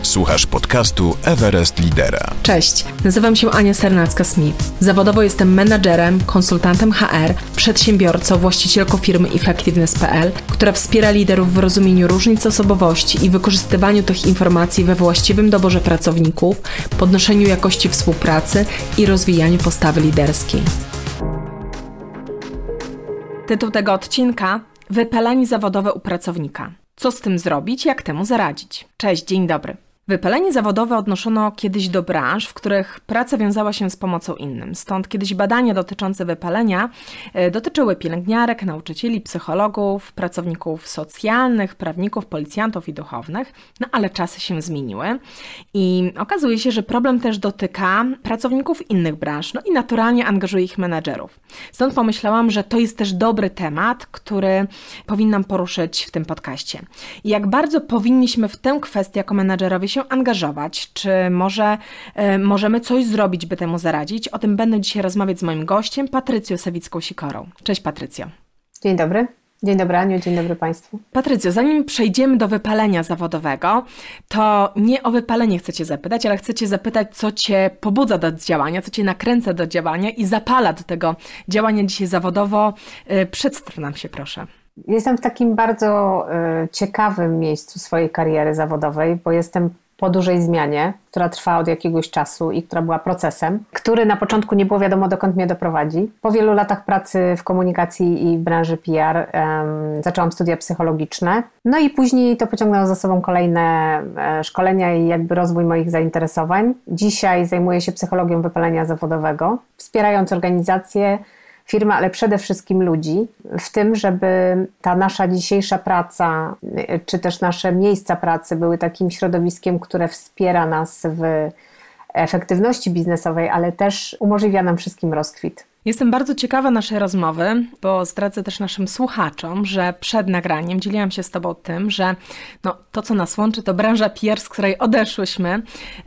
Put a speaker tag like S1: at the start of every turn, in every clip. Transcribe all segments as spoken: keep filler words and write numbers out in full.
S1: Słuchasz podcastu Everest Lidera.
S2: Cześć, nazywam się Ania Sernacka-Smith. Zawodowo jestem menadżerem, konsultantem H R, przedsiębiorcą, właścicielką firmy Effectiveness kropka p l, która wspiera liderów w rozumieniu różnic osobowości i wykorzystywaniu tych informacji we właściwym doborze pracowników, podnoszeniu jakości współpracy i rozwijaniu postawy liderskiej. Tytuł tego odcinka: Wypalenie zawodowe u pracownika. Co z tym zrobić, jak temu zaradzić? Cześć, dzień dobry. Wypalenie zawodowe odnoszono kiedyś do branż, w których praca wiązała się z pomocą innym. Stąd kiedyś badania dotyczące wypalenia y, dotyczyły pielęgniarek, nauczycieli, psychologów, pracowników socjalnych, prawników, policjantów i duchownych. No ale czasy się zmieniły i okazuje się, że problem też dotyka pracowników innych branż, no i naturalnie angażuje ich menadżerów. Stąd pomyślałam, że to jest też dobry temat, który powinnam poruszyć w tym podcaście. I jak bardzo powinniśmy w tę kwestię jako menadżerowie się angażować, czy może y, możemy coś zrobić, by temu zaradzić. O tym będę dzisiaj rozmawiać z moim gościem, Patrycją Sawicką-Sikorą. Cześć Patrycjo.
S3: Dzień dobry. Dzień dobry Aniu, dzień dobry Państwu.
S2: Patrycjo, zanim przejdziemy do wypalenia zawodowego, to nie o wypalenie chcę Cię zapytać, ale chcę Cię zapytać, co Cię pobudza do działania, co Cię nakręca do działania i zapala do tego działania dzisiaj zawodowo. Y, przedstaw nam się proszę.
S3: Jestem w takim bardzo y, ciekawym miejscu swojej kariery zawodowej, bo jestem po dużej zmianie, która trwa od jakiegoś czasu i która była procesem, który na początku nie było wiadomo, dokąd mnie doprowadzi. Po wielu latach pracy w komunikacji i branży P R um, zaczęłam studia psychologiczne, no i później to pociągnęło za sobą kolejne e, szkolenia i jakby rozwój moich zainteresowań. Dzisiaj zajmuję się psychologią wypalenia zawodowego, wspierając organizacje, firmy, ale przede wszystkim ludzi, w tym, żeby ta nasza dzisiejsza praca, czy też nasze miejsca pracy były takim środowiskiem, które wspiera nas w efektywności biznesowej, ale też umożliwia nam wszystkim rozkwit.
S2: Jestem bardzo ciekawa naszej rozmowy, bo zdradzę też naszym słuchaczom, że przed nagraniem dzieliłam się z Tobą tym, że no, to, co nas łączy, to branża P R, z której odeszłyśmy.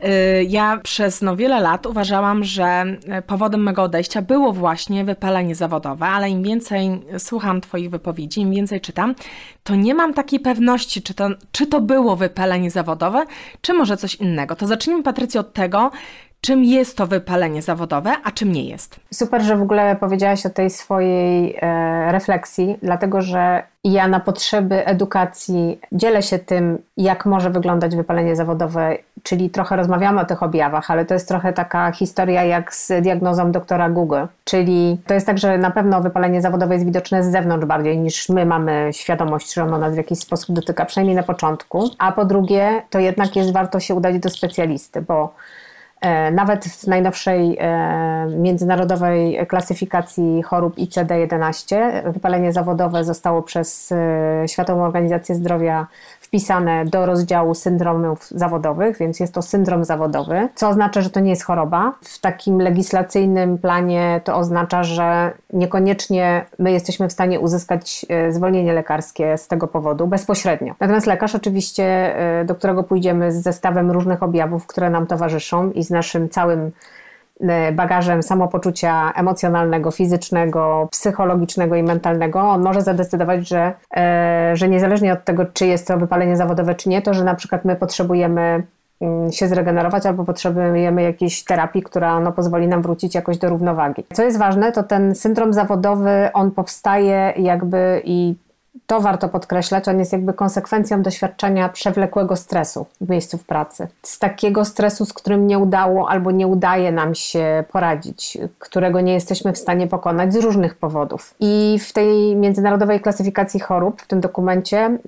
S2: Ja przez no, wiele lat uważałam, że powodem mego odejścia było właśnie wypalenie zawodowe, ale im więcej słucham Twoich wypowiedzi, im więcej czytam, to nie mam takiej pewności, czy to, czy to było wypalenie zawodowe, czy może coś innego. To zacznijmy, Patrycjo, od tego, czym jest to wypalenie zawodowe, a czym nie jest.
S3: Super, że w ogóle powiedziałaś o tej swojej e, refleksji, dlatego że ja na potrzeby edukacji dzielę się tym, jak może wyglądać wypalenie zawodowe, czyli trochę rozmawiamy o tych objawach, ale to jest trochę taka historia jak z diagnozą doktora Google, czyli to jest tak, że na pewno wypalenie zawodowe jest widoczne z zewnątrz bardziej niż my mamy świadomość, że ono nas w jakiś sposób dotyka, przynajmniej na początku, a po drugie to jednak jest warto się udać do specjalisty, bo nawet w najnowszej e, międzynarodowej klasyfikacji chorób I C D jedenaście wypalenie zawodowe zostało przez e, Światową Organizację Zdrowia wpisane do rozdziału syndromów zawodowych, więc jest to syndrom zawodowy, co oznacza, że to nie jest choroba. W takim legislacyjnym planie to oznacza, że niekoniecznie my jesteśmy w stanie uzyskać e, zwolnienie lekarskie z tego powodu bezpośrednio. Natomiast lekarz oczywiście, e, do którego pójdziemy z zestawem różnych objawów, które nam towarzyszą i z naszym całym bagażem samopoczucia emocjonalnego, fizycznego, psychologicznego i mentalnego, on może zadecydować, że, e, że niezależnie od tego, czy jest to wypalenie zawodowe, czy nie, to, że na przykład my potrzebujemy się zregenerować albo potrzebujemy jakiejś terapii, która no, pozwoli nam wrócić jakoś do równowagi. Co jest ważne, to ten syndrom zawodowy, on powstaje jakby i to warto podkreślać, on jest jakby konsekwencją doświadczenia przewlekłego stresu w miejscu w pracy. Z takiego stresu, z którym nie udało albo nie udaje nam się poradzić, którego nie jesteśmy w stanie pokonać z różnych powodów. I w tej międzynarodowej klasyfikacji chorób, w tym dokumencie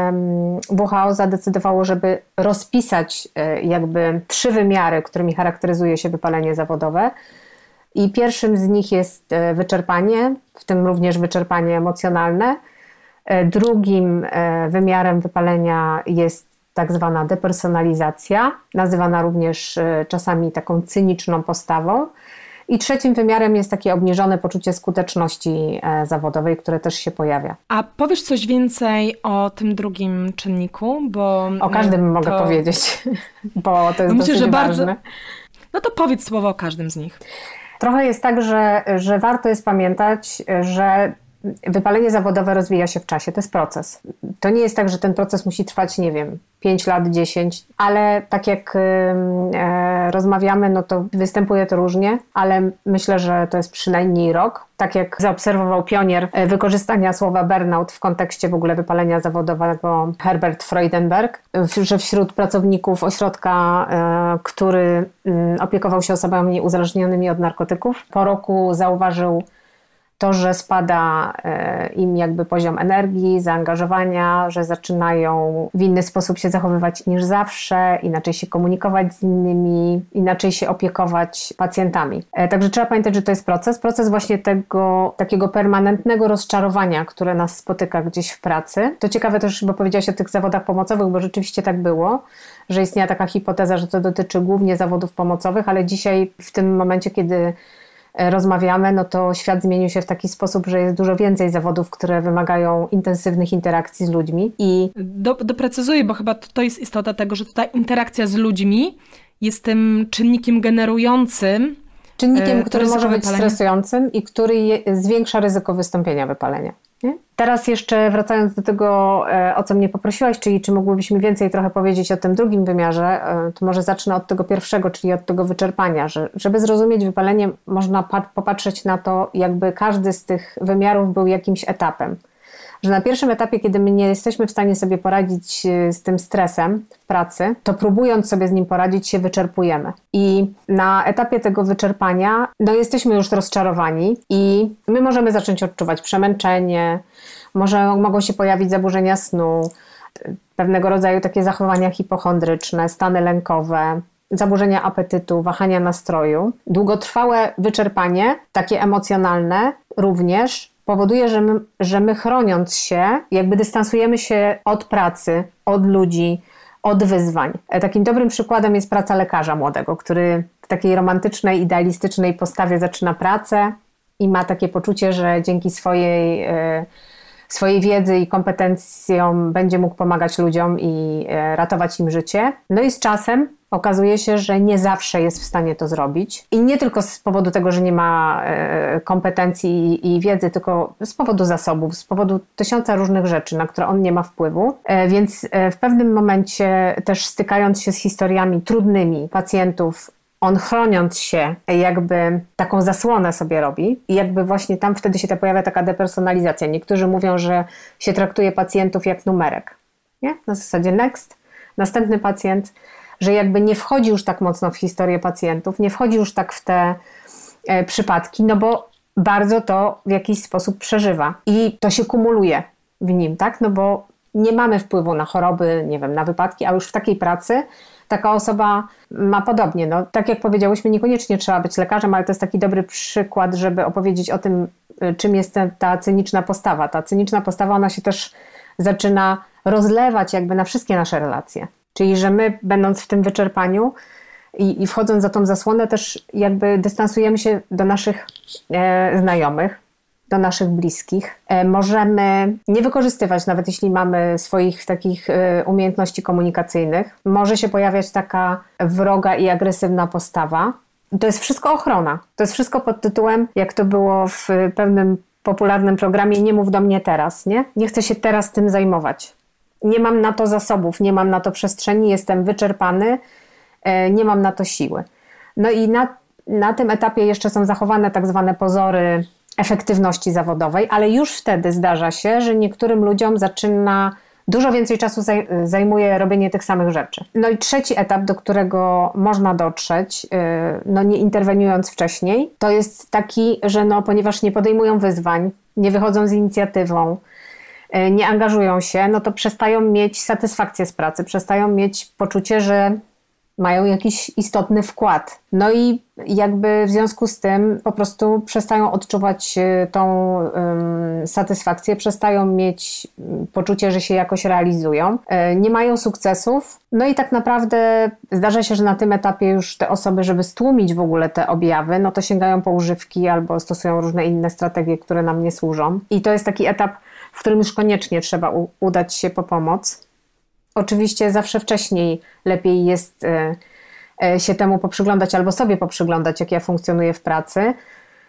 S3: W H O zadecydowało, żeby rozpisać jakby trzy wymiary, którymi charakteryzuje się wypalenie zawodowe. I pierwszym z nich jest wyczerpanie, w tym również wyczerpanie emocjonalne. Drugim wymiarem wypalenia jest tak zwana depersonalizacja, nazywana również czasami taką cyniczną postawą. I trzecim wymiarem jest takie obniżone poczucie skuteczności zawodowej, które też się pojawia.
S2: A powiesz coś więcej o tym drugim czynniku? Bo
S3: o każdym
S2: to...
S3: mogę powiedzieć, bo to jest
S2: Myślę,
S3: dosyć
S2: że
S3: ważne.
S2: Bardzo... No to powiedz słowo o każdym z nich.
S3: Trochę jest tak, że, że warto jest pamiętać, że wypalenie zawodowe rozwija się w czasie, to jest proces. To nie jest tak, że ten proces musi trwać, nie wiem, pięć lat, dziesięć, ale tak jak e, rozmawiamy, no to występuje to różnie, ale myślę, że to jest przynajmniej rok. Tak jak zaobserwował pionier e, wykorzystania słowa burnout w kontekście w ogóle wypalenia zawodowego Herbert Freudenberg, w, że wśród pracowników ośrodka, e, który m, opiekował się osobami uzależnionymi od narkotyków, po roku zauważył to, że spada im jakby poziom energii, zaangażowania, że zaczynają w inny sposób się zachowywać niż zawsze, inaczej się komunikować z innymi, inaczej się opiekować pacjentami. Także trzeba pamiętać, że to jest proces, proces właśnie tego takiego permanentnego rozczarowania, które nas spotyka gdzieś w pracy. To ciekawe też, bo powiedziałaś o tych zawodach pomocowych, bo rzeczywiście tak było, że istniała taka hipoteza, że to dotyczy głównie zawodów pomocowych, ale dzisiaj w tym momencie, kiedy rozmawiamy, no to świat zmienił się w taki sposób, że jest dużo więcej zawodów, które wymagają intensywnych interakcji z ludźmi. I
S2: Do, doprecyzuję, bo chyba to jest istota tego, że ta interakcja z ludźmi jest tym czynnikiem generującym
S3: czynnikiem, który może być
S2: wypalenia.
S3: stresującym i który je, zwiększa ryzyko wystąpienia wypalenia. Nie? Teraz jeszcze wracając do tego, o co mnie poprosiłaś, czyli czy mogłybyśmy więcej trochę powiedzieć o tym drugim wymiarze, to może zacznę od tego pierwszego, czyli od tego wyczerpania, że żeby zrozumieć wypalenie, można pat- popatrzeć na to, jakby każdy z tych wymiarów był jakimś etapem. Że na pierwszym etapie, kiedy my nie jesteśmy w stanie sobie poradzić z tym stresem w pracy, to próbując sobie z nim poradzić, się wyczerpujemy. I na etapie tego wyczerpania, no jesteśmy już rozczarowani i my możemy zacząć odczuwać przemęczenie, może mogą się pojawić zaburzenia snu, pewnego rodzaju takie zachowania hipochondryczne, stany lękowe, zaburzenia apetytu, wahania nastroju. Długotrwałe wyczerpanie, takie emocjonalne również, powoduje, że my, że my chroniąc się, jakby dystansujemy się od pracy, od ludzi, od wyzwań. Takim dobrym przykładem jest praca lekarza młodego, który w takiej romantycznej, idealistycznej postawie zaczyna pracę i ma takie poczucie, że dzięki swojej, e, swojej wiedzy i kompetencjom będzie mógł pomagać ludziom i e, ratować im życie. No i z czasem okazuje się, że nie zawsze jest w stanie to zrobić. I nie tylko z powodu tego, że nie ma e, kompetencji i, i wiedzy, tylko z powodu zasobów, z powodu tysiąca różnych rzeczy, na które on nie ma wpływu. E, więc e, w pewnym momencie też stykając się z historiami trudnymi pacjentów, on chroniąc się jakby taką zasłonę sobie robi i jakby właśnie tam wtedy się ta pojawia taka depersonalizacja. Niektórzy mówią, że się traktuje pacjentów jak numerek. Nie? Na zasadzie next, następny pacjent, że jakby nie wchodzi już tak mocno w historię pacjentów, nie wchodzi już tak w te e, przypadki, no bo bardzo to w jakiś sposób przeżywa i to się kumuluje w nim, tak? No bo nie mamy wpływu na choroby, nie wiem, na wypadki, a już w takiej pracy taka osoba ma podobnie. No, tak jak powiedziałyśmy, niekoniecznie trzeba być lekarzem, ale to jest taki dobry przykład, żeby opowiedzieć o tym, czym jest ta cyniczna postawa. Ta cyniczna postawa, ona się też zaczyna rozlewać jakby na wszystkie nasze relacje. Czyli, że my będąc w tym wyczerpaniu i, i wchodząc za tą zasłonę też jakby dystansujemy się do naszych e, znajomych, do naszych bliskich. E, możemy nie wykorzystywać, nawet jeśli mamy swoich takich e, umiejętności komunikacyjnych. Może się pojawiać taka wroga i agresywna postawa. To jest wszystko ochrona. To jest wszystko pod tytułem, jak to było w pewnym popularnym programie, nie mów do mnie teraz, nie? Nie chcę się teraz tym zajmować. Nie mam na to zasobów, nie mam na to przestrzeni, jestem wyczerpany, nie mam na to siły. No i na, na tym etapie jeszcze są zachowane tak zwane pozory efektywności zawodowej, ale już wtedy zdarza się, że niektórym ludziom zaczyna dużo więcej czasu zajmuje robienie tych samych rzeczy. No i trzeci etap, do którego można dotrzeć, no nie interweniując wcześniej, to jest taki, że no ponieważ nie podejmują wyzwań, nie wychodzą z inicjatywą, nie angażują się, no to przestają mieć satysfakcję z pracy, przestają mieć poczucie, że mają jakiś istotny wkład. No i jakby w związku z tym po prostu przestają odczuwać tą um, satysfakcję, przestają mieć poczucie, że się jakoś realizują, nie mają sukcesów. No i tak naprawdę zdarza się, że na tym etapie już te osoby, żeby stłumić w ogóle te objawy, no to sięgają po używki albo stosują różne inne strategie, które nam nie służą. I to jest taki etap, w którym już koniecznie trzeba u- udać się po pomoc. Oczywiście zawsze wcześniej lepiej jest y, y, się temu poprzyglądać albo sobie poprzyglądać, jak ja funkcjonuję w pracy.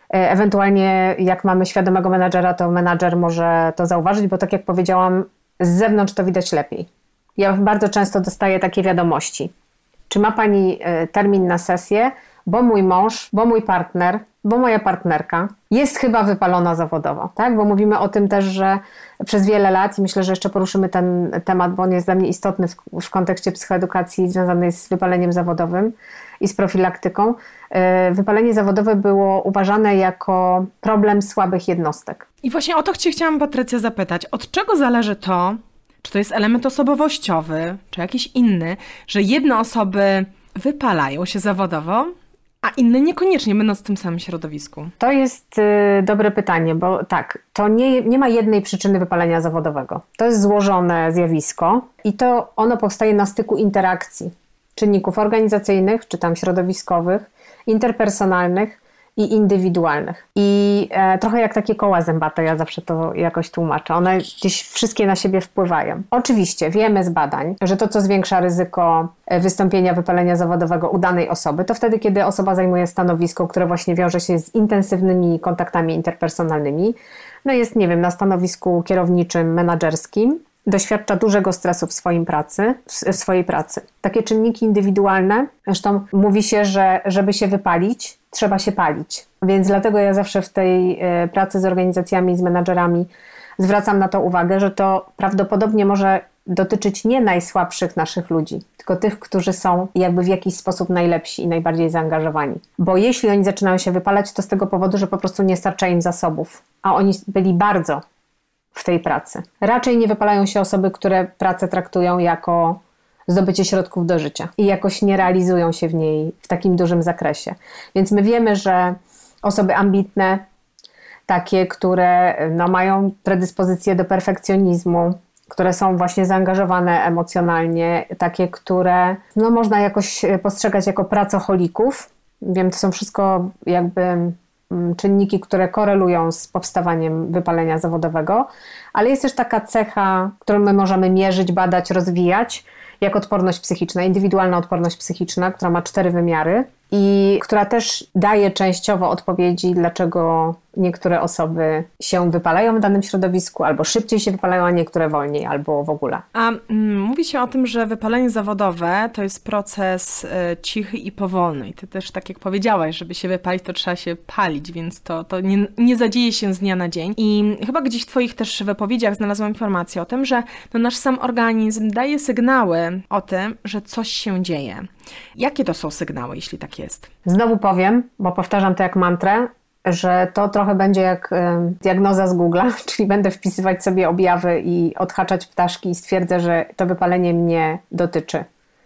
S3: Ewentualnie jak mamy świadomego menadżera, to menadżer może to zauważyć, bo tak jak powiedziałam, z zewnątrz to widać lepiej. Ja bardzo często dostaję takie wiadomości. Czy ma Pani termin na sesję, bo mój mąż, bo mój partner, bo moja partnerka jest chyba wypalona zawodowo, tak? Bo mówimy o tym też, że przez wiele lat i myślę, że jeszcze poruszymy ten temat, bo on jest dla mnie istotny w, w kontekście psychoedukacji związanej z wypaleniem zawodowym i z profilaktyką. Wypalenie zawodowe było uważane jako problem słabych jednostek.
S2: I właśnie o to Cię chciałam, Patrycja, zapytać. Od czego zależy to, czy to jest element osobowościowy, czy jakiś inny, że jedne osoby wypalają się zawodowo, a inne niekoniecznie będąc w tym samym środowisku?
S3: To jest y, dobre pytanie, bo tak, to nie, nie ma jednej przyczyny wypalenia zawodowego. To jest złożone zjawisko i to ono powstaje na styku interakcji czynników organizacyjnych, czy tam środowiskowych, interpersonalnych i indywidualnych. I e, trochę jak takie koła zębate, ja zawsze to jakoś tłumaczę. One gdzieś wszystkie na siebie wpływają. Oczywiście wiemy z badań, że to, co zwiększa ryzyko wystąpienia wypalenia zawodowego u danej osoby, to wtedy, kiedy osoba zajmuje stanowisko, które właśnie wiąże się z intensywnymi kontaktami interpersonalnymi. No jest, nie wiem, na stanowisku kierowniczym, menadżerskim, doświadcza dużego stresu w, swoim pracy, w swojej pracy. Takie czynniki indywidualne, zresztą mówi się, że żeby się wypalić, trzeba się palić. Więc dlatego ja zawsze w tej pracy z organizacjami, z menadżerami zwracam na to uwagę, że to prawdopodobnie może dotyczyć nie najsłabszych naszych ludzi, tylko tych, którzy są jakby w jakiś sposób najlepsi i najbardziej zaangażowani. Bo jeśli oni zaczynają się wypalać, to z tego powodu, że po prostu nie starcza im zasobów, a oni byli bardzo w tej pracy. Raczej nie wypalają się osoby, które pracę traktują jako zdobycie środków do życia i jakoś nie realizują się w niej w takim dużym zakresie. Więc my wiemy, że osoby ambitne, takie, które no, mają predyspozycję do perfekcjonizmu, które są właśnie zaangażowane emocjonalnie, takie, które no, można jakoś postrzegać jako pracocholików. Wiem, to są wszystko jakby czynniki, które korelują z powstawaniem wypalenia zawodowego, ale jest też taka cecha, którą my możemy mierzyć, badać, rozwijać, jak odporność psychiczna, indywidualna odporność psychiczna, która ma cztery wymiary i która też daje częściowo odpowiedzi, dlaczego niektóre osoby się wypalają w danym środowisku, albo szybciej się wypalają, a niektóre wolniej, albo w ogóle.
S2: A mm, mówi się o tym, że wypalenie zawodowe to jest proces y, cichy i powolny. I ty też tak jak powiedziałaś, żeby się wypalić, to trzeba się palić, więc to, to nie, nie zadzieje się z dnia na dzień. I chyba gdzieś w twoich też wypowiedziach znalazłam informację o tym, że no, nasz sam organizm daje sygnały o tym, że coś się dzieje. Jakie to są sygnały, jeśli tak jest?
S3: Znowu powiem, bo powtarzam to jak mantrę, że to trochę będzie jak y, diagnoza z Google'a, czyli będę wpisywać sobie objawy i odhaczać ptaszki i stwierdzę, że to wypalenie mnie dotyczy.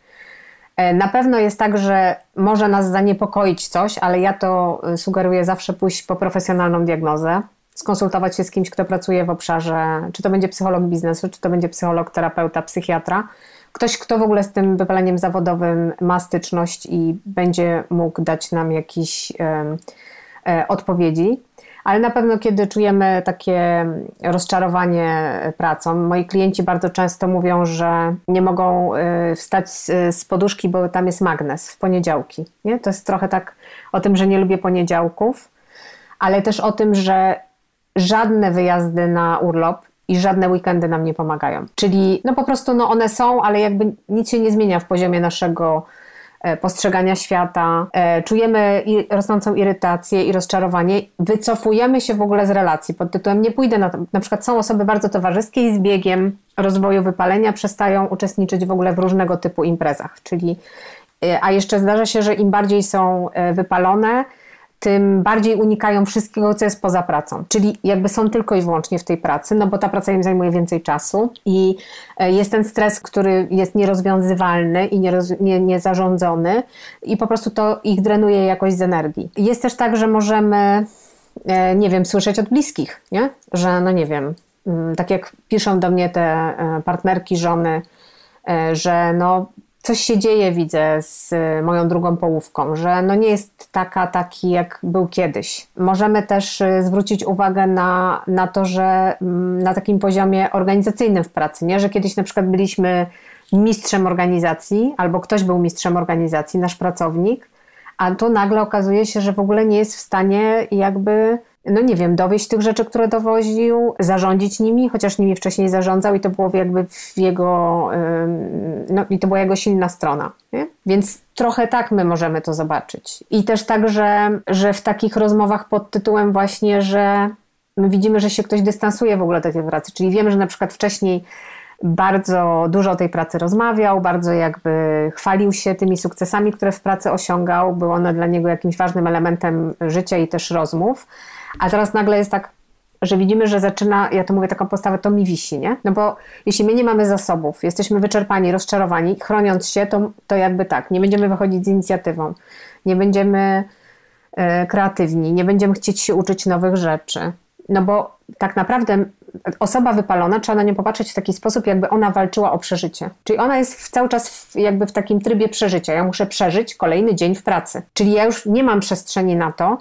S3: E, na pewno jest tak, że może nas zaniepokoić coś, ale ja to sugeruję zawsze pójść po profesjonalną diagnozę, skonsultować się z kimś, kto pracuje w obszarze, czy to będzie psycholog biznesu, czy to będzie psycholog, terapeuta, psychiatra, ktoś, kto w ogóle z tym wypaleniem zawodowym ma styczność i będzie mógł dać nam jakiś e, e, odpowiedzi. Ale na pewno, kiedy czujemy takie rozczarowanie pracą, moi klienci bardzo często mówią, że nie mogą wstać z poduszki, bo tam jest magnes w poniedziałki. Nie? To jest trochę tak o tym, że nie lubię poniedziałków, ale też o tym, że żadne wyjazdy na urlop i żadne weekendy nam nie pomagają. Czyli no po prostu no one są, ale jakby nic się nie zmienia w poziomie naszego postrzegania świata, czujemy rosnącą irytację i rozczarowanie, wycofujemy się w ogóle z relacji pod tytułem nie pójdę na to. Na przykład są osoby bardzo towarzyskie i z biegiem rozwoju wypalenia przestają uczestniczyć w ogóle w różnego typu imprezach, czyli a jeszcze zdarza się, że im bardziej są wypalone, tym bardziej unikają wszystkiego, co jest poza pracą. Czyli jakby są tylko i wyłącznie w tej pracy, no bo ta praca im zajmuje więcej czasu i jest ten stres, który jest nierozwiązywalny i nieroz, nie, niezarządzony i po prostu to ich drenuje jakoś z energii. Jest też tak, że możemy, nie wiem, słyszeć od bliskich, nie? Że no nie wiem, tak jak piszą do mnie te partnerki, żony, że no coś się dzieje, widzę, z moją drugą połówką, że no nie jest taka, taki jak był kiedyś. Możemy też zwrócić uwagę na, na to, że na takim poziomie organizacyjnym w pracy, nie? Że kiedyś na przykład byliśmy mistrzem organizacji, albo ktoś był mistrzem organizacji, nasz pracownik, a tu nagle okazuje się, że w ogóle nie jest w stanie jakby, no nie wiem, dowieść tych rzeczy, które dowoził, zarządzić nimi, chociaż nimi wcześniej zarządzał i to było jakby w jego, no i to była jego silna strona. Nie? Więc trochę tak my możemy to zobaczyć. I też tak, że, że w takich rozmowach pod tytułem właśnie, że my widzimy, że się ktoś dystansuje w ogóle do tej pracy, czyli wiemy, że na przykład wcześniej bardzo dużo o tej pracy rozmawiał, bardzo jakby chwalił się tymi sukcesami, które w pracy osiągał, były one dla niego jakimś ważnym elementem życia i też rozmów, a teraz nagle jest tak, że widzimy, że zaczyna, ja to mówię taką postawę, to mi wisi, nie? No bo jeśli my nie mamy zasobów, jesteśmy wyczerpani, rozczarowani, chroniąc się, to, to jakby tak, nie będziemy wychodzić z inicjatywą, nie będziemy e, kreatywni, nie będziemy chcieć się uczyć nowych rzeczy, no bo tak naprawdę osoba wypalona, trzeba na nią popatrzeć w taki sposób, jakby ona walczyła o przeżycie. Czyli ona jest w, cały czas w, jakby w takim trybie przeżycia. Ja muszę przeżyć kolejny dzień w pracy. Czyli ja już nie mam przestrzeni na to,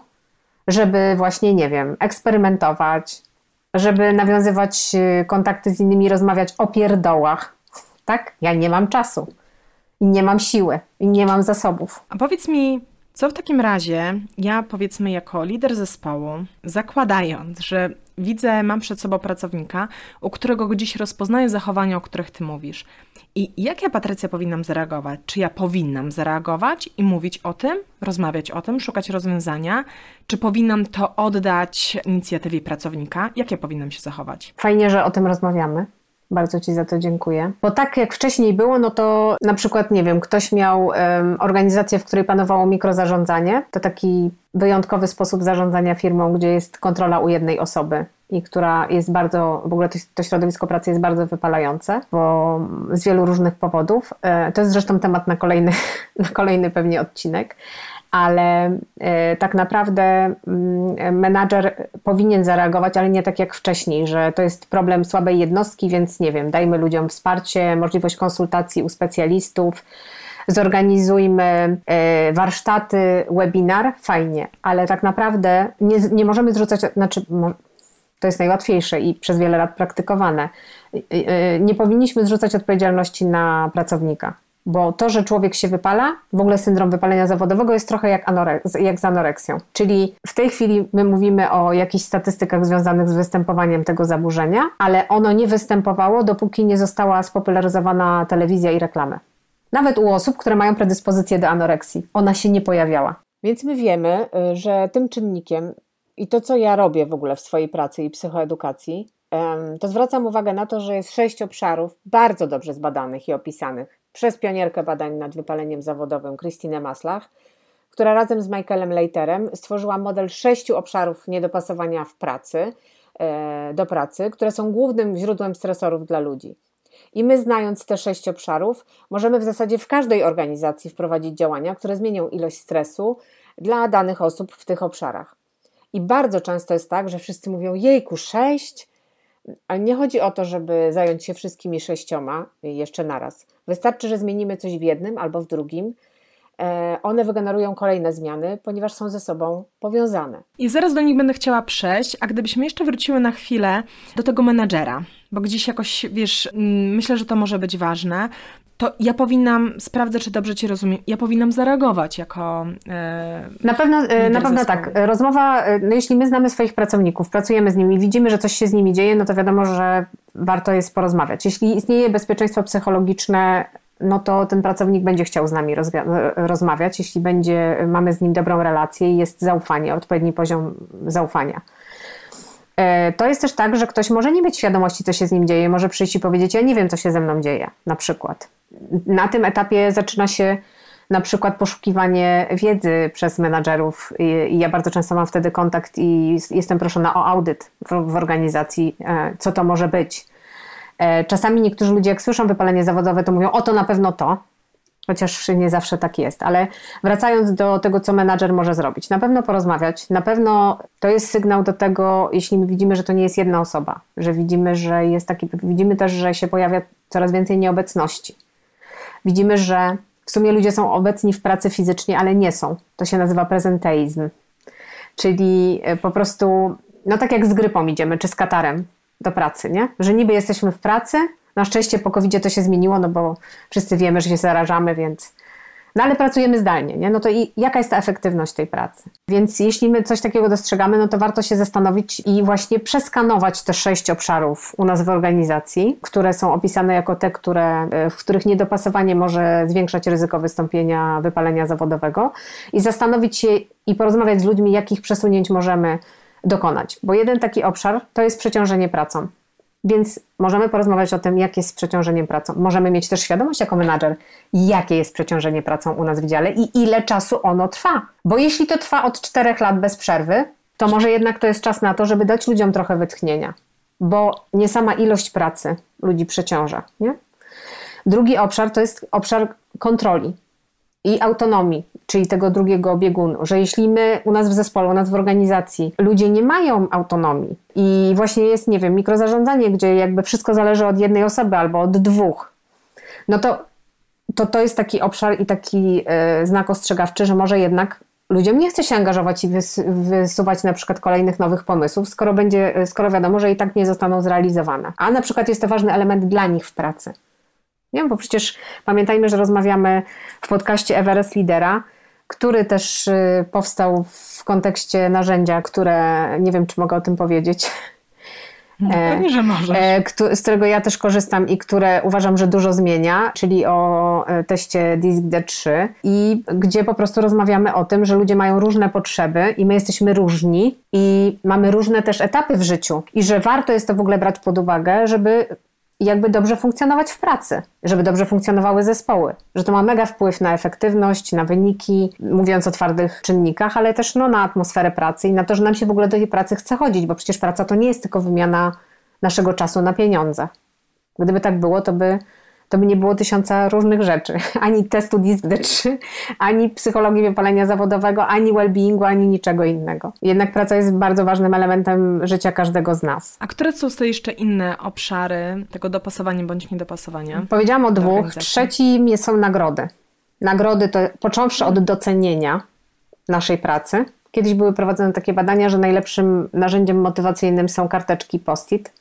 S3: żeby właśnie, nie wiem, eksperymentować, żeby nawiązywać kontakty z innymi, rozmawiać o pierdołach. Tak? Ja nie mam czasu. I nie mam siły. I nie mam zasobów.
S2: A powiedz mi, co w takim razie ja, powiedzmy, jako lider zespołu, zakładając, że widzę, mam przed sobą pracownika, u którego gdzieś rozpoznaję zachowania, o których ty mówisz. I jak ja, Patrycja, powinnam zareagować? Czy ja powinnam zareagować i mówić o tym, rozmawiać o tym, szukać rozwiązania? Czy powinnam to oddać inicjatywie pracownika? Jak ja powinnam się zachować?
S3: Fajnie, że o tym rozmawiamy. Bardzo ci za to dziękuję. Bo tak jak wcześniej było, no to na przykład, nie wiem, ktoś miał um, organizację, w której panowało mikrozarządzanie. To taki wyjątkowy sposób zarządzania firmą, gdzie jest kontrola u jednej osoby i która jest bardzo, w ogóle to, to środowisko pracy jest bardzo wypalające, bo z wielu różnych powodów. E, to jest zresztą temat na kolejny, na kolejny pewnie odcinek. Ale y, tak naprawdę y, menadżer powinien zareagować, ale nie tak jak wcześniej, że to jest problem słabej jednostki, więc nie wiem, dajmy ludziom wsparcie, możliwość konsultacji u specjalistów, zorganizujmy y, warsztaty, webinar, fajnie, ale tak naprawdę nie, nie możemy zrzucać, znaczy to jest najłatwiejsze i przez wiele lat praktykowane, y, y, nie powinniśmy zrzucać odpowiedzialności na pracownika. Bo to, że człowiek się wypala, w ogóle syndrom wypalenia zawodowego jest trochę jak, anorek- jak z anoreksją. Czyli w tej chwili my mówimy o jakichś statystykach związanych z występowaniem tego zaburzenia, ale ono nie występowało, dopóki nie została spopularyzowana telewizja i reklamy. Nawet u osób, które mają predyspozycję do anoreksji. Ona się nie pojawiała. Więc my wiemy, że tym czynnikiem i to, co ja robię w ogóle w swojej pracy i psychoedukacji, to zwracam uwagę na to, że jest sześć obszarów bardzo dobrze zbadanych i opisanych przez pionierkę badań nad wypaleniem zawodowym Christinę Maslach, która razem z Michaelem Leiterem stworzyła model sześciu obszarów niedopasowania w pracy, e, do pracy, które są głównym źródłem stresorów dla ludzi. I my, znając te sześć obszarów, możemy w zasadzie w każdej organizacji wprowadzić działania, które zmienią ilość stresu dla danych osób w tych obszarach. I bardzo często jest tak, że wszyscy mówią, jejku, sześć? Ale nie chodzi o to, żeby zająć się wszystkimi sześcioma jeszcze naraz. Wystarczy, że zmienimy coś w jednym albo w drugim. One wygenerują kolejne zmiany, ponieważ są ze sobą powiązane.
S2: I zaraz do nich będę chciała przejść, a gdybyśmy jeszcze wróciły na chwilę do tego menadżera, bo gdzieś jakoś, wiesz, myślę, że to może być ważne, to ja powinnam, sprawdzę, czy dobrze cię rozumiem, ja powinnam zareagować jako e,
S3: Na pewno, na pewno tak. Rozmowa, no jeśli my znamy swoich pracowników, pracujemy z nimi, widzimy, że coś się z nimi dzieje, no to wiadomo, że warto jest porozmawiać. Jeśli istnieje bezpieczeństwo psychologiczne, no to ten pracownik będzie chciał z nami rozwia- rozmawiać, jeśli będzie, mamy z nim dobrą relację i jest zaufanie, odpowiedni poziom zaufania. To jest też tak, że ktoś może nie mieć świadomości, co się z nim dzieje, może przyjść i powiedzieć, ja nie wiem, co się ze mną dzieje, na przykład. Na tym etapie zaczyna się na przykład poszukiwanie wiedzy przez menadżerów i ja bardzo często mam wtedy kontakt i jestem proszona o audyt w, w organizacji, co to może być. Czasami niektórzy ludzie, jak słyszą wypalenie zawodowe, to mówią, o to na pewno to, chociaż nie zawsze tak jest, ale wracając do tego, co menadżer może zrobić, na pewno porozmawiać, na pewno to jest sygnał do tego, jeśli my widzimy, że to nie jest jedna osoba, że widzimy, że jest taki, widzimy też, że się pojawia coraz więcej nieobecności. Widzimy, że w sumie ludzie są obecni w pracy fizycznie, ale nie są. To się nazywa presenteizm, czyli po prostu, no tak jak z grypą idziemy, czy z katarem do pracy, nie? Że niby jesteśmy w pracy. Na szczęście po kowidzie to się zmieniło, no bo wszyscy wiemy, że się zarażamy, więc No ale pracujemy zdalnie, nie? No to i jaka jest ta efektywność tej pracy? Więc jeśli my coś takiego dostrzegamy, no to warto się zastanowić i właśnie przeskanować te sześć obszarów u nas w organizacji, które są opisane jako te, które, w których niedopasowanie może zwiększać ryzyko wystąpienia wypalenia zawodowego i zastanowić się i porozmawiać z ludźmi, jakich przesunięć możemy dokonać. Bo jeden taki obszar to jest przeciążenie pracą. Więc możemy porozmawiać o tym, jakie jest z przeciążeniem pracą. Możemy mieć też świadomość jako menadżer, jakie jest przeciążenie pracą u nas w dziale i ile czasu ono trwa. Bo jeśli to trwa od czterech lat bez przerwy, to może jednak to jest czas na to, żeby dać ludziom trochę wytchnienia. Bo nie sama ilość pracy ludzi przeciąża, nie? Drugi obszar to jest obszar kontroli i autonomii, czyli tego drugiego biegunu, że jeśli my u nas w zespole, u nas w organizacji ludzie nie mają autonomii i właśnie jest, nie wiem, mikrozarządzanie, gdzie jakby wszystko zależy od jednej osoby albo od dwóch, no to to, to jest taki obszar i taki y, znak ostrzegawczy, że może jednak ludziom nie chce się angażować i wys, wysuwać na przykład kolejnych nowych pomysłów, skoro będzie, skoro wiadomo, że i tak nie zostaną zrealizowane. A na przykład jest to ważny element dla nich w pracy. Nie? Bo przecież pamiętajmy, że rozmawiamy w podcaście Everest Lidera, który też y, powstał w kontekście narzędzia, które, nie wiem, czy mogę o tym powiedzieć.
S2: No, pewnie, że możesz.
S3: E, z którego ja też korzystam i które uważam, że dużo zmienia, czyli o teście D I S C D trzy i gdzie po prostu rozmawiamy o tym, że ludzie mają różne potrzeby i my jesteśmy różni i mamy różne też etapy w życiu i że warto jest to w ogóle brać pod uwagę, żeby jakby dobrze funkcjonować w pracy, żeby dobrze funkcjonowały zespoły, że to ma mega wpływ na efektywność, na wyniki, mówiąc o twardych czynnikach, ale też no, na atmosferę pracy i na to, że nam się w ogóle do tej pracy chce chodzić, bo przecież praca to nie jest tylko wymiana naszego czasu na pieniądze. Gdyby tak było, to by, to by nie było tysiąca różnych rzeczy. Ani testu D I S C D trzy, ani psychologii wypalenia zawodowego, ani well-beingu, ani niczego innego. Jednak praca jest bardzo ważnym elementem życia każdego z nas.
S2: A które są to jeszcze inne obszary tego dopasowania bądź niedopasowania?
S3: Powiedziałam o dwóch. Trzecim są nagrody. Nagrody to począwszy od docenienia naszej pracy. Kiedyś były prowadzone takie badania, że najlepszym narzędziem motywacyjnym są karteczki post-it,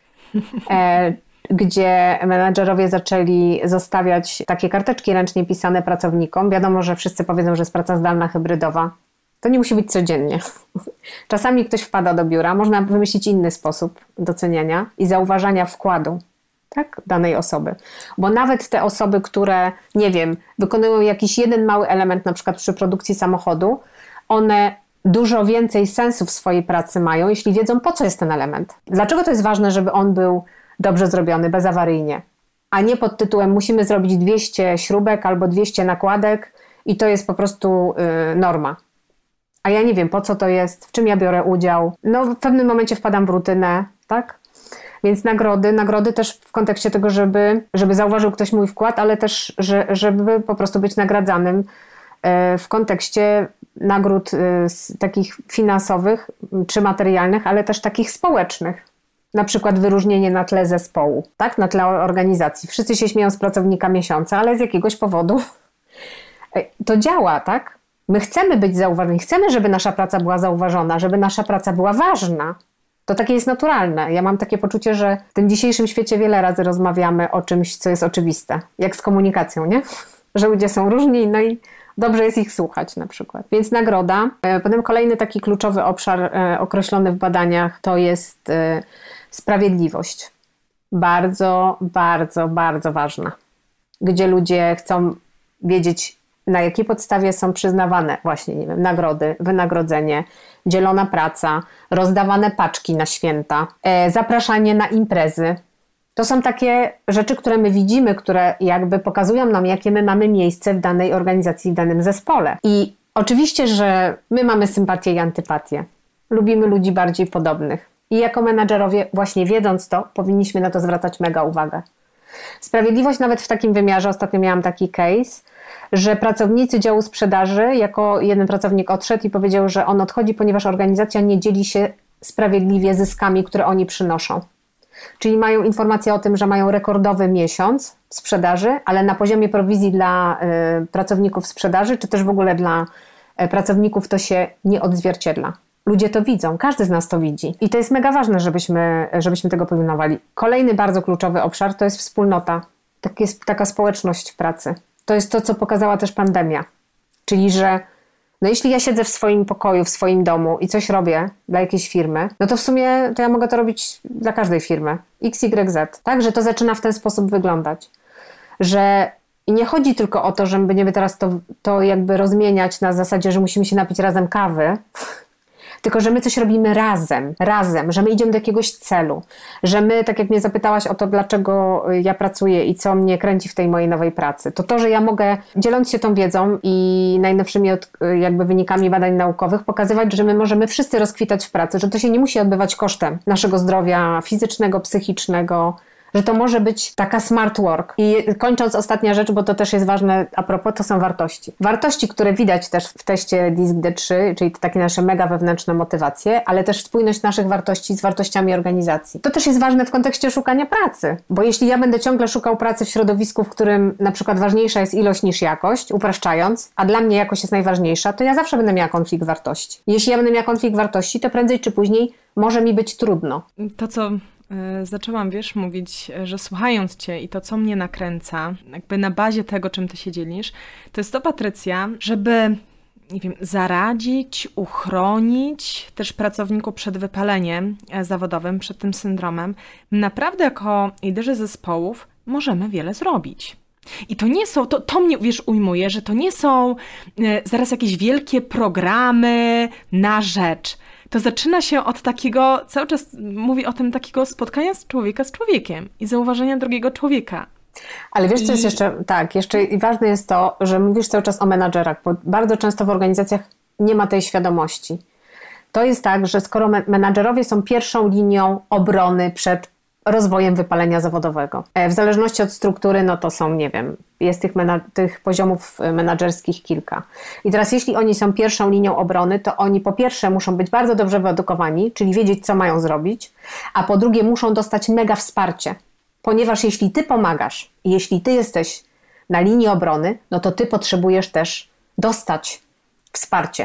S3: e, gdzie menadżerowie zaczęli zostawiać takie karteczki ręcznie pisane pracownikom. Wiadomo, że wszyscy powiedzą, że jest praca zdalna, hybrydowa. To nie musi być codziennie. Czasami ktoś wpada do biura, można wymyślić inny sposób doceniania i zauważania wkładu, tak, danej osoby. Bo nawet te osoby, które, nie wiem, wykonują jakiś jeden mały element, na przykład przy produkcji samochodu, one dużo więcej sensu w swojej pracy mają, jeśli wiedzą, po co jest ten element. Dlaczego to jest ważne, żeby on był dobrze zrobiony, bezawaryjnie, a nie pod tytułem musimy zrobić dwieście śrubek albo dwieście nakładek i to jest po prostu yy, norma. A ja nie wiem, po co to jest, w czym ja biorę udział. No w pewnym momencie wpadam w rutynę, tak? Więc nagrody, nagrody też w kontekście tego, żeby, żeby zauważył ktoś mój wkład, ale też, że, żeby po prostu być nagradzanym yy, w kontekście nagród yy, takich finansowych czy materialnych, ale też takich społecznych. Na przykład wyróżnienie na tle zespołu, tak? Na tle organizacji. Wszyscy się śmieją z pracownika miesiąca, ale z jakiegoś powodu to działa, tak? My chcemy być zauważeni, chcemy, żeby nasza praca była zauważona, żeby nasza praca była ważna. To takie jest naturalne. Ja mam takie poczucie, że w tym dzisiejszym świecie wiele razy rozmawiamy o czymś, co jest oczywiste. Jak z komunikacją, nie? Że ludzie są różni, no i dobrze jest ich słuchać na przykład. Więc nagroda. Potem kolejny taki kluczowy obszar określony w badaniach to jest sprawiedliwość. Bardzo, bardzo, bardzo ważna. Gdzie ludzie chcą wiedzieć, na jakiej podstawie są przyznawane właśnie, nie wiem, nagrody, wynagrodzenie, dzielona praca, rozdawane paczki na święta, e, zapraszanie na imprezy. To są takie rzeczy, które my widzimy, które jakby pokazują nam, jakie my mamy miejsce w danej organizacji, w danym zespole. I oczywiście, że my mamy sympatię i antypatię. Lubimy ludzi bardziej podobnych. I jako menadżerowie, właśnie wiedząc to, powinniśmy na to zwracać mega uwagę. Sprawiedliwość nawet w takim wymiarze, ostatnio miałam taki case, że pracownicy działu sprzedaży, jako jeden pracownik odszedł i powiedział, że on odchodzi, ponieważ organizacja nie dzieli się sprawiedliwie zyskami, które oni przynoszą. Czyli mają informację o tym, że mają rekordowy miesiąc w sprzedaży, ale na poziomie prowizji dla y, pracowników sprzedaży, czy też w ogóle dla y, pracowników to się nie odzwierciedla. Ludzie to widzą, każdy z nas to widzi. I to jest mega ważne, żebyśmy, żebyśmy tego pilnowali. Kolejny bardzo kluczowy obszar to jest wspólnota. Tak jest taka społeczność w pracy. To jest to, co pokazała też pandemia. Czyli, że no jeśli ja siedzę w swoim pokoju, w swoim domu i coś robię dla jakiejś firmy, no to w sumie to ja mogę to robić dla każdej firmy. X, Y, Z. Tak, że to zaczyna w ten sposób wyglądać. Że nie chodzi tylko o to, że będziemy teraz to, to jakby rozmieniać na zasadzie, że musimy się napić razem kawy, tylko że my coś robimy razem, razem, że my idziemy do jakiegoś celu, że my, tak jak mnie zapytałaś o to, dlaczego ja pracuję i co mnie kręci w tej mojej nowej pracy, to to, że ja mogę, dzieląc się tą wiedzą i najnowszymi od, jakby wynikami badań naukowych, pokazywać, że my możemy wszyscy rozkwitać w pracy, że to się nie musi odbywać kosztem naszego zdrowia fizycznego, psychicznego, że to może być taka smart work. I kończąc, ostatnia rzecz, bo to też jest ważne a propos, to są wartości. Wartości, które widać też w teście D I S C D trzy, czyli to takie nasze mega wewnętrzne motywacje, ale też spójność naszych wartości z wartościami organizacji. To też jest ważne w kontekście szukania pracy, bo jeśli ja będę ciągle szukał pracy w środowisku, w którym na przykład ważniejsza jest ilość niż jakość, upraszczając, a dla mnie jakość jest najważniejsza, to ja zawsze będę miała konflikt wartości. Jeśli ja będę miała konflikt wartości, to prędzej czy później może mi być trudno.
S2: To, co zaczęłam, wiesz, mówić, że słuchając Cię i to, co mnie nakręca, jakby na bazie tego, czym Ty się dzielisz, to jest to, Patrycja, żeby, nie wiem, zaradzić, uchronić też pracowników przed wypaleniem zawodowym, przed tym syndromem. Naprawdę jako liderzy zespołów możemy wiele zrobić. I to nie są, to, to mnie, wiesz, ujmuje, że to nie są e, zaraz jakieś wielkie programy na rzecz. To zaczyna się od takiego, cały czas mówi o tym takiego spotkania z człowieka z człowiekiem i zauważenia drugiego człowieka.
S3: Ale wiesz, co
S2: I...
S3: jest jeszcze, tak, jeszcze i ważne jest to, że mówisz cały czas o menadżerach, bo bardzo często w organizacjach nie ma tej świadomości. To jest tak, że skoro menadżerowie są pierwszą linią obrony przed rozwojem wypalenia zawodowego. W zależności od struktury, no to są, nie wiem, jest tych, mena- tych poziomów menadżerskich kilka. I teraz jeśli oni są pierwszą linią obrony, to oni po pierwsze muszą być bardzo dobrze wyedukowani, czyli wiedzieć, co mają zrobić, a po drugie muszą dostać mega wsparcie. Ponieważ jeśli ty pomagasz i jeśli ty jesteś na linii obrony, no to ty potrzebujesz też dostać wsparcie.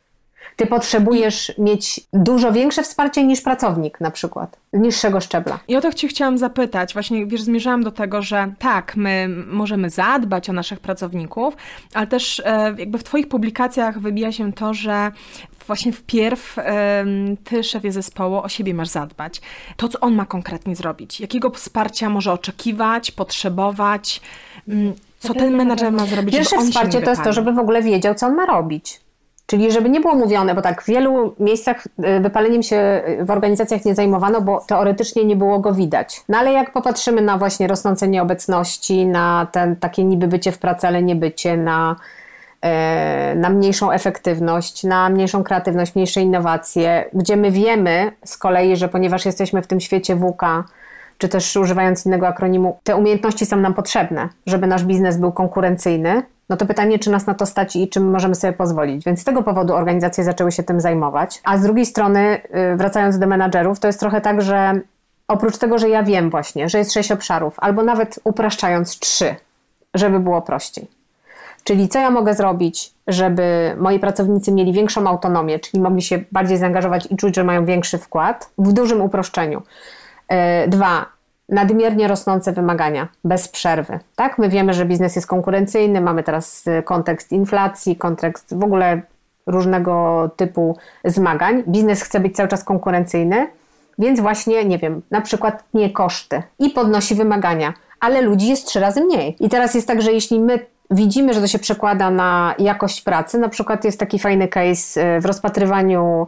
S3: Ty potrzebujesz mieć dużo większe wsparcie niż pracownik na przykład, z niższego szczebla.
S2: I o to Cię chciałam zapytać. Właśnie, wiesz, zmierzałam do tego, że tak, my możemy zadbać o naszych pracowników, ale też e, jakby w Twoich publikacjach wybija się to, że właśnie wpierw e, Ty, szefie zespołu, o siebie masz zadbać. To, co on ma konkretnie zrobić. Jakiego wsparcia może oczekiwać, potrzebować, co ten menadżer ma zrobić,
S3: Pierwsze
S2: żeby on
S3: wsparcie
S2: się nie
S3: to jest to, żeby w ogóle wiedział, co on ma robić. Czyli żeby nie było mówione, bo tak w wielu miejscach wypaleniem się w organizacjach nie zajmowano, bo teoretycznie nie było go widać. No ale jak popatrzymy na właśnie rosnące nieobecności, na ten, takie niby bycie w pracy, ale nie bycie, na, e, na mniejszą efektywność, na mniejszą kreatywność, mniejsze innowacje, gdzie my wiemy z kolei, że ponieważ jesteśmy w tym świecie wuka, czy też używając innego akronimu, te umiejętności są nam potrzebne, żeby nasz biznes był konkurencyjny, no to pytanie, czy nas na to stać i czym możemy sobie pozwolić. Więc z tego powodu organizacje zaczęły się tym zajmować. A z drugiej strony, wracając do menadżerów, to jest trochę tak, że oprócz tego, że ja wiem właśnie, że jest sześć obszarów, albo nawet upraszczając trzy, żeby było prościej. Czyli co ja mogę zrobić, żeby moi pracownicy mieli większą autonomię, czyli mogli się bardziej zaangażować i czuć, że mają większy wkład, w dużym uproszczeniu. Dwa, nadmiernie rosnące wymagania, bez przerwy. Tak, my wiemy, że biznes jest konkurencyjny, mamy teraz kontekst inflacji, kontekst w ogóle różnego typu zmagań. Biznes chce być cały czas konkurencyjny, więc właśnie, nie wiem, na przykład tnie koszty i podnosi wymagania, ale ludzi jest trzy razy mniej. I teraz jest tak, że jeśli my widzimy, że to się przekłada na jakość pracy, na przykład jest taki fajny case w rozpatrywaniu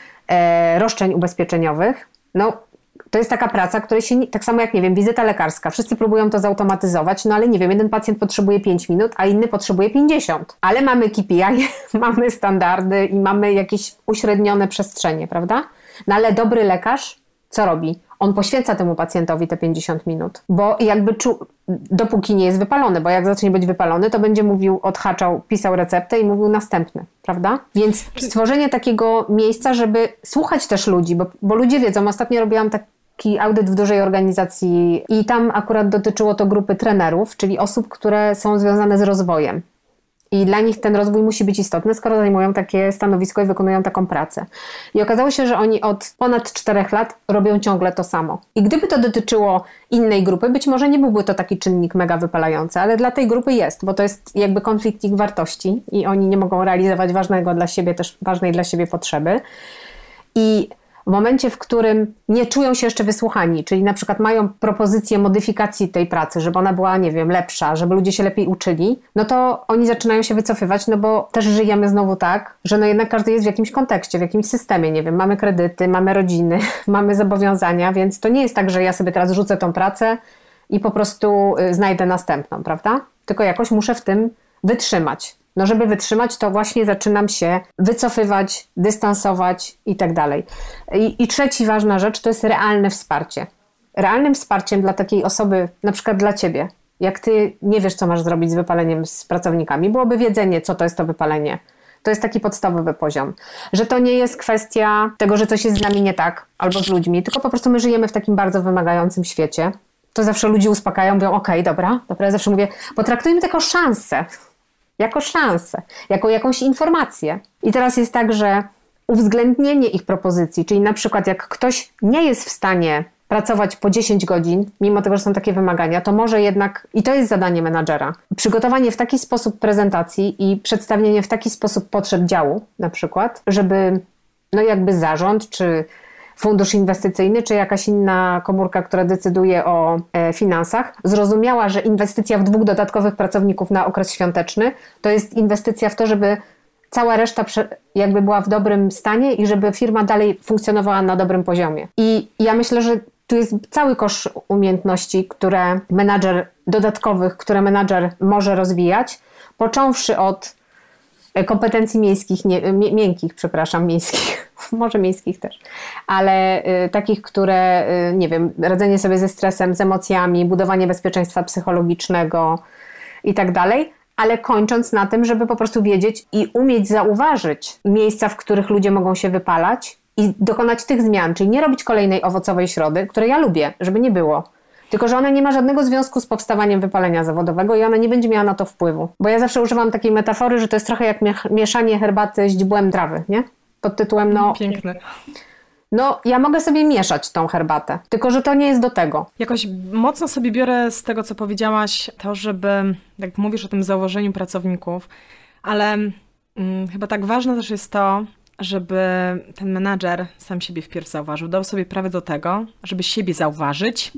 S3: e, roszczeń ubezpieczeniowych, no to jest taka praca, której się, tak samo jak, nie wiem, wizyta lekarska. Wszyscy próbują to zautomatyzować, no ale nie wiem, jeden pacjent potrzebuje pięć minut, a inny potrzebuje pięćdziesiąt. Ale mamy K P I, mamy standardy i mamy jakieś uśrednione przestrzenie, prawda? No ale dobry lekarz co robi? On poświęca temu pacjentowi te pięćdziesiąt minut, bo jakby czu, dopóki nie jest wypalony, bo jak zacznie być wypalony, to będzie mówił, odhaczał, pisał receptę i mówił następny, prawda? Więc stworzenie takiego miejsca, żeby słuchać też ludzi, bo, bo ludzie wiedzą, ostatnio robiłam taki audyt w dużej organizacji i tam akurat dotyczyło to grupy trenerów, czyli osób, które są związane z rozwojem. I dla nich ten rozwój musi być istotny, skoro zajmują takie stanowisko i wykonują taką pracę. I okazało się, że oni od ponad czterech lat robią ciągle to samo. I gdyby to dotyczyło innej grupy, być może nie byłby to taki czynnik mega wypalający, ale dla tej grupy jest, bo to jest jakby konflikt ich wartości i oni nie mogą realizować ważnego dla siebie, też ważnej dla siebie potrzeby. I w momencie, w którym nie czują się jeszcze wysłuchani, czyli na przykład mają propozycję modyfikacji tej pracy, żeby ona była, nie wiem, lepsza, żeby ludzie się lepiej uczyli, no to oni zaczynają się wycofywać, no bo też żyjemy znowu tak, że no jednak każdy jest w jakimś kontekście, w jakimś systemie, nie wiem, mamy kredyty, mamy rodziny, mamy zobowiązania, więc to nie jest tak, że ja sobie teraz rzucę tą pracę i po prostu znajdę następną, prawda? Tylko jakoś muszę w tym wytrzymać. No żeby wytrzymać, to właśnie zaczynam się wycofywać, dystansować i tak dalej. I, i trzeci ważna rzecz to jest realne wsparcie. Realnym wsparciem dla takiej osoby, na przykład dla ciebie, jak ty nie wiesz, co masz zrobić z wypaleniem z pracownikami, byłoby wiedzenie, co to jest to wypalenie. To jest taki podstawowy poziom. Że to nie jest kwestia tego, że coś jest z nami nie tak, albo z ludźmi, tylko po prostu my żyjemy w takim bardzo wymagającym świecie. To zawsze ludzi uspokajają, mówią, okej, okay, dobra, dobra, ja zawsze mówię, potraktujmy to jako szansę. Jako szansę, jako jakąś informację. I teraz jest tak, że uwzględnienie ich propozycji, czyli na przykład jak ktoś nie jest w stanie pracować po dziesięć godzin, mimo tego, że są takie wymagania, to może jednak, i to jest zadanie menadżera, przygotowanie w taki sposób prezentacji i przedstawienie w taki sposób potrzeb działu na przykład, żeby no jakby zarząd, czy fundusz inwestycyjny, czy jakaś inna komórka, która decyduje o e, finansach, zrozumiała, że inwestycja w dwóch dodatkowych pracowników na okres świąteczny to jest inwestycja w to, żeby cała reszta prze, jakby była w dobrym stanie i żeby firma dalej funkcjonowała na dobrym poziomie. I ja myślę, że tu jest cały kosz umiejętności, które menadżer dodatkowych, które menadżer może rozwijać, począwszy od kompetencji miejskich, nie, miękkich, przepraszam, miejskich, może miejskich też, ale y, takich, które, y, nie wiem, radzenie sobie ze stresem, z emocjami, budowanie bezpieczeństwa psychologicznego i tak dalej, ale kończąc na tym, żeby po prostu wiedzieć i umieć zauważyć miejsca, w których ludzie mogą się wypalać i dokonać tych zmian, czyli nie robić kolejnej owocowej środy, której ja lubię, żeby nie było. Tylko że ona nie ma żadnego związku z powstawaniem wypalenia zawodowego i ona nie będzie miała na to wpływu. Bo ja zawsze używam takiej metafory, że to jest trochę jak mieszanie herbaty z źdźbłem trawy, nie? Pod tytułem, no...
S2: Piękne.
S3: No, ja mogę sobie mieszać tą herbatę, tylko że to nie jest do tego.
S2: Jakoś mocno sobie biorę z tego, co powiedziałaś, to, żeby, jak mówisz o tym założeniu pracowników, ale mm, chyba tak ważne też jest to, żeby ten menadżer sam siebie wpierw zauważył, dał sobie prawo do tego, żeby siebie zauważyć,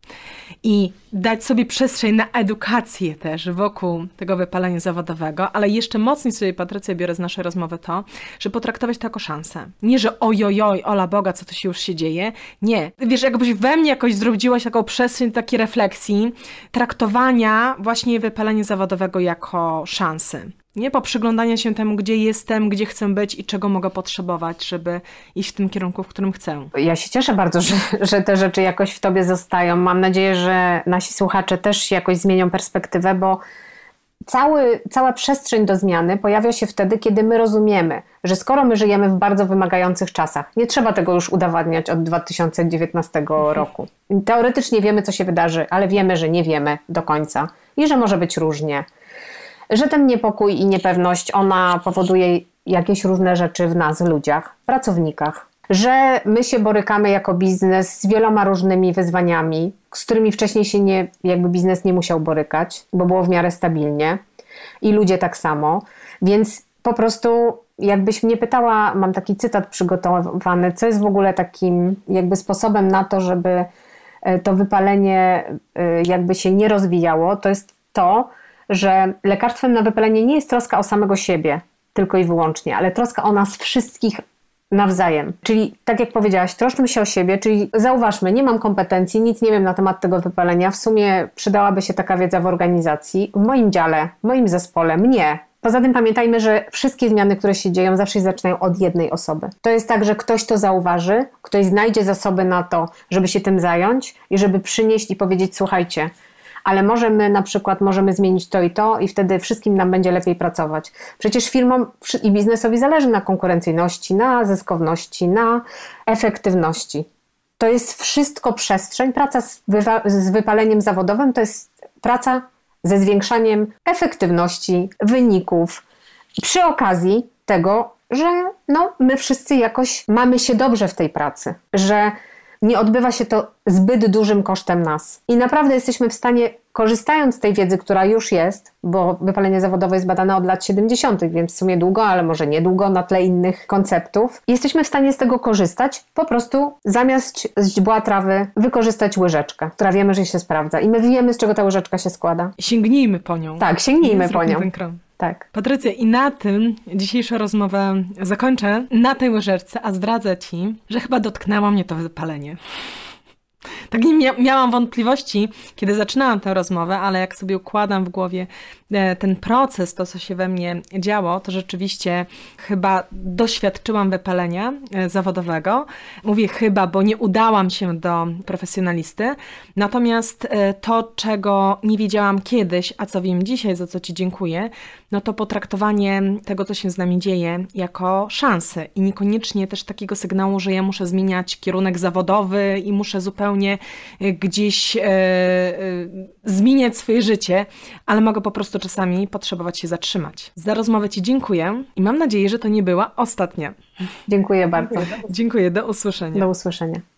S2: i dać sobie przestrzeń na edukację też wokół tego wypalenia zawodowego, ale jeszcze mocniej sobie, Patrycja, biorę z naszej rozmowy to, że potraktować to jako szansę. Nie, że ojojoj, ola Boga, co to się już się dzieje. Nie. Wiesz, jakbyś we mnie jakoś zrobiłaś taką przestrzeń takiej refleksji, traktowania właśnie wypalenia zawodowego jako szansy. Nie, poprzyglądania się temu, gdzie jestem, gdzie chcę być i czego mogę potrzebować, żeby iść w tym kierunku, w którym chcę.
S3: Ja się cieszę bardzo, że, że te rzeczy jakoś w tobie zostają. Mam nadzieję, że nasi słuchacze też jakoś zmienią perspektywę, bo cały, cała przestrzeń do zmiany pojawia się wtedy, kiedy my rozumiemy, że skoro my żyjemy w bardzo wymagających czasach, nie trzeba tego już udowadniać od dwa tysiące dziewiętnastego roku. Teoretycznie wiemy, co się wydarzy, ale wiemy, że nie wiemy do końca i że może być różnie. Że ten niepokój i niepewność, ona powoduje jakieś różne rzeczy w nas, ludziach, pracownikach. Że my się borykamy jako biznes z wieloma różnymi wyzwaniami, z którymi wcześniej się nie, jakby biznes nie musiał borykać, bo było w miarę stabilnie. I ludzie tak samo. Więc po prostu jakbyś mnie pytała, mam taki cytat przygotowany, co jest w ogóle takim jakby sposobem na to, żeby to wypalenie jakby się nie rozwijało, to jest to, że lekarstwem na wypalenie nie jest troska o samego siebie, tylko i wyłącznie, ale troska o nas wszystkich nawzajem. Czyli tak jak powiedziałaś, troszczmy się o siebie, czyli zauważmy, nie mam kompetencji, nic nie wiem na temat tego wypalenia, w sumie przydałaby się taka wiedza w organizacji, w moim dziale, w moim zespole, mnie. Poza tym pamiętajmy, że wszystkie zmiany, które się dzieją, zawsze się zaczynają od jednej osoby. To jest tak, że ktoś to zauważy, ktoś znajdzie zasoby na to, żeby się tym zająć i żeby przynieść i powiedzieć, słuchajcie, ale może my na przykład możemy zmienić to i to i wtedy wszystkim nam będzie lepiej pracować. Przecież firmom i biznesowi zależy na konkurencyjności, na zyskowności, na efektywności. To jest wszystko przestrzeń. Praca z, wywa- z wypaleniem zawodowym to jest praca ze zwiększaniem efektywności, wyników, przy okazji tego, że no, my wszyscy jakoś mamy się dobrze w tej pracy, że nie odbywa się to zbyt dużym kosztem nas. I naprawdę jesteśmy w stanie, korzystając z tej wiedzy, która już jest, bo wypalenie zawodowe jest badane od lat siedemdziesiątych, więc w sumie długo, ale może niedługo na tle innych konceptów, jesteśmy w stanie z tego korzystać, po prostu zamiast źdźbła trawy wykorzystać łyżeczkę, która wiemy, że się sprawdza. I my wiemy, z czego ta łyżeczka się składa.
S2: Sięgnijmy po nią.
S3: Tak, sięgnijmy po nią. Tak.
S2: Patrycja, i na tym dzisiejszą rozmowę zakończę, na tej łyżeczce, a zdradzę Ci, że chyba dotknęło mnie to wypalenie. Tak nie mia- miałam wątpliwości, kiedy zaczynałam tę rozmowę, ale jak sobie układam w głowie e, ten proces, to co się we mnie działo, to rzeczywiście chyba doświadczyłam wypalenia e, zawodowego. Mówię chyba, bo nie udałam się do profesjonalisty. Natomiast e, to, czego nie wiedziałam kiedyś, a co wiem dzisiaj, za co Ci dziękuję, no to potraktowanie tego, co się z nami dzieje, jako szansy i niekoniecznie też takiego sygnału, że ja muszę zmieniać kierunek zawodowy i muszę zupełnie gdzieś e, e, zmieniać swoje życie, ale mogę po prostu czasami potrzebować się zatrzymać. Za rozmowę Ci dziękuję i mam nadzieję, że to nie była ostatnia.
S3: Dziękuję bardzo.
S2: Dziękuję, do usłyszenia.
S3: Do usłyszenia.